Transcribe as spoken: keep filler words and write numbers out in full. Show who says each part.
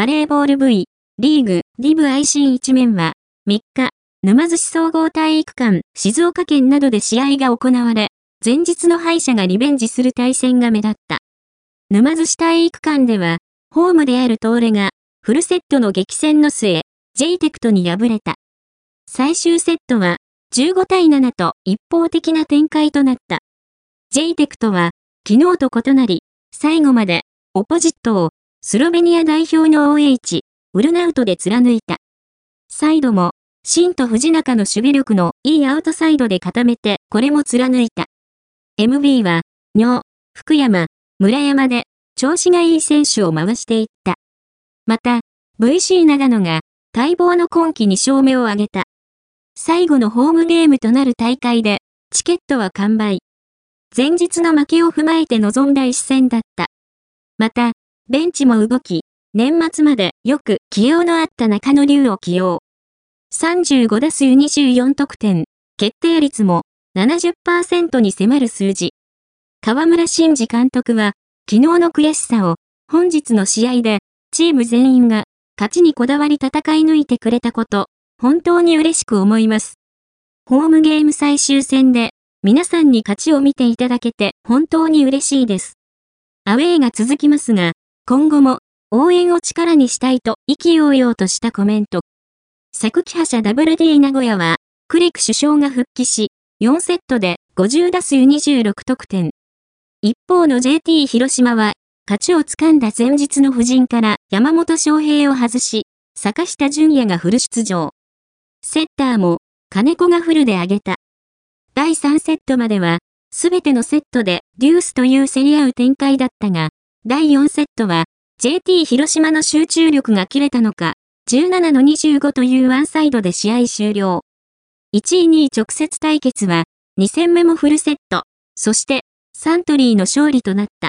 Speaker 1: バレーボール V、リーグ、ディブ愛心一面は、みっか、沼津市総合体育館、静岡県などで試合が行われ、前日の敗者がリベンジする対戦が目立った。沼津市体育館では、ホームである東レが、フルセットの激戦の末、ジェイテクトに敗れた。最終セットは、じゅうごたいななと一方的な展開となった。ジェイテクトは、昨日と異なり、最後まで、オポジットを、スロベニア代表の オーエイチ、ウルナウトで貫いた。サイドも、シンと藤中の守備力のいいアウトサイドで固めて、これも貫いた。エムビー は、尿、福山、村山で、調子がいい選手を回していった。また、ブイシー 長野が、待望の今季に勝目を挙げた。最後のホームゲームとなる大会で、チケットは完売。前日の負けを踏まえて臨んだ一戦だった。また、ベンチも動き、年末までよく起用のあった中野龍を起用。さんじゅうごだすうにじゅうよんとくてん、決定率も ななじゅっパーセント に迫る数字。河村慎二監督は、昨日の悔しさを、本日の試合で、チーム全員が、勝ちにこだわり戦い抜いてくれたこと、本当に嬉しく思います。ホームゲーム最終戦で、皆さんに勝ちを見ていただけて本当に嬉しいです。アウェーが続きますが、今後も応援を力にしたいと意気揚々としたコメント。昨季覇者 ダブリューディー 名古屋は、クリク首相が復帰し、よんセットでごじゅうだすうにじゅうろくとくてん。一方の ジェーティー 広島は、勝ちをつかんだ前日の布陣から山本翔平を外し、坂下淳也がフル出場。セッターも、金子がフルで上げた。だいさんセットまでは、すべてのセットでデュースという競り合う展開だったが、だいよんセットは、ジェーティー 広島の集中力が切れたのか、じゅうななのにじゅうごというワンサイドで試合終了。いちいにい直接対決は、に戦目もフルセット、そして、サントリーの勝利となった。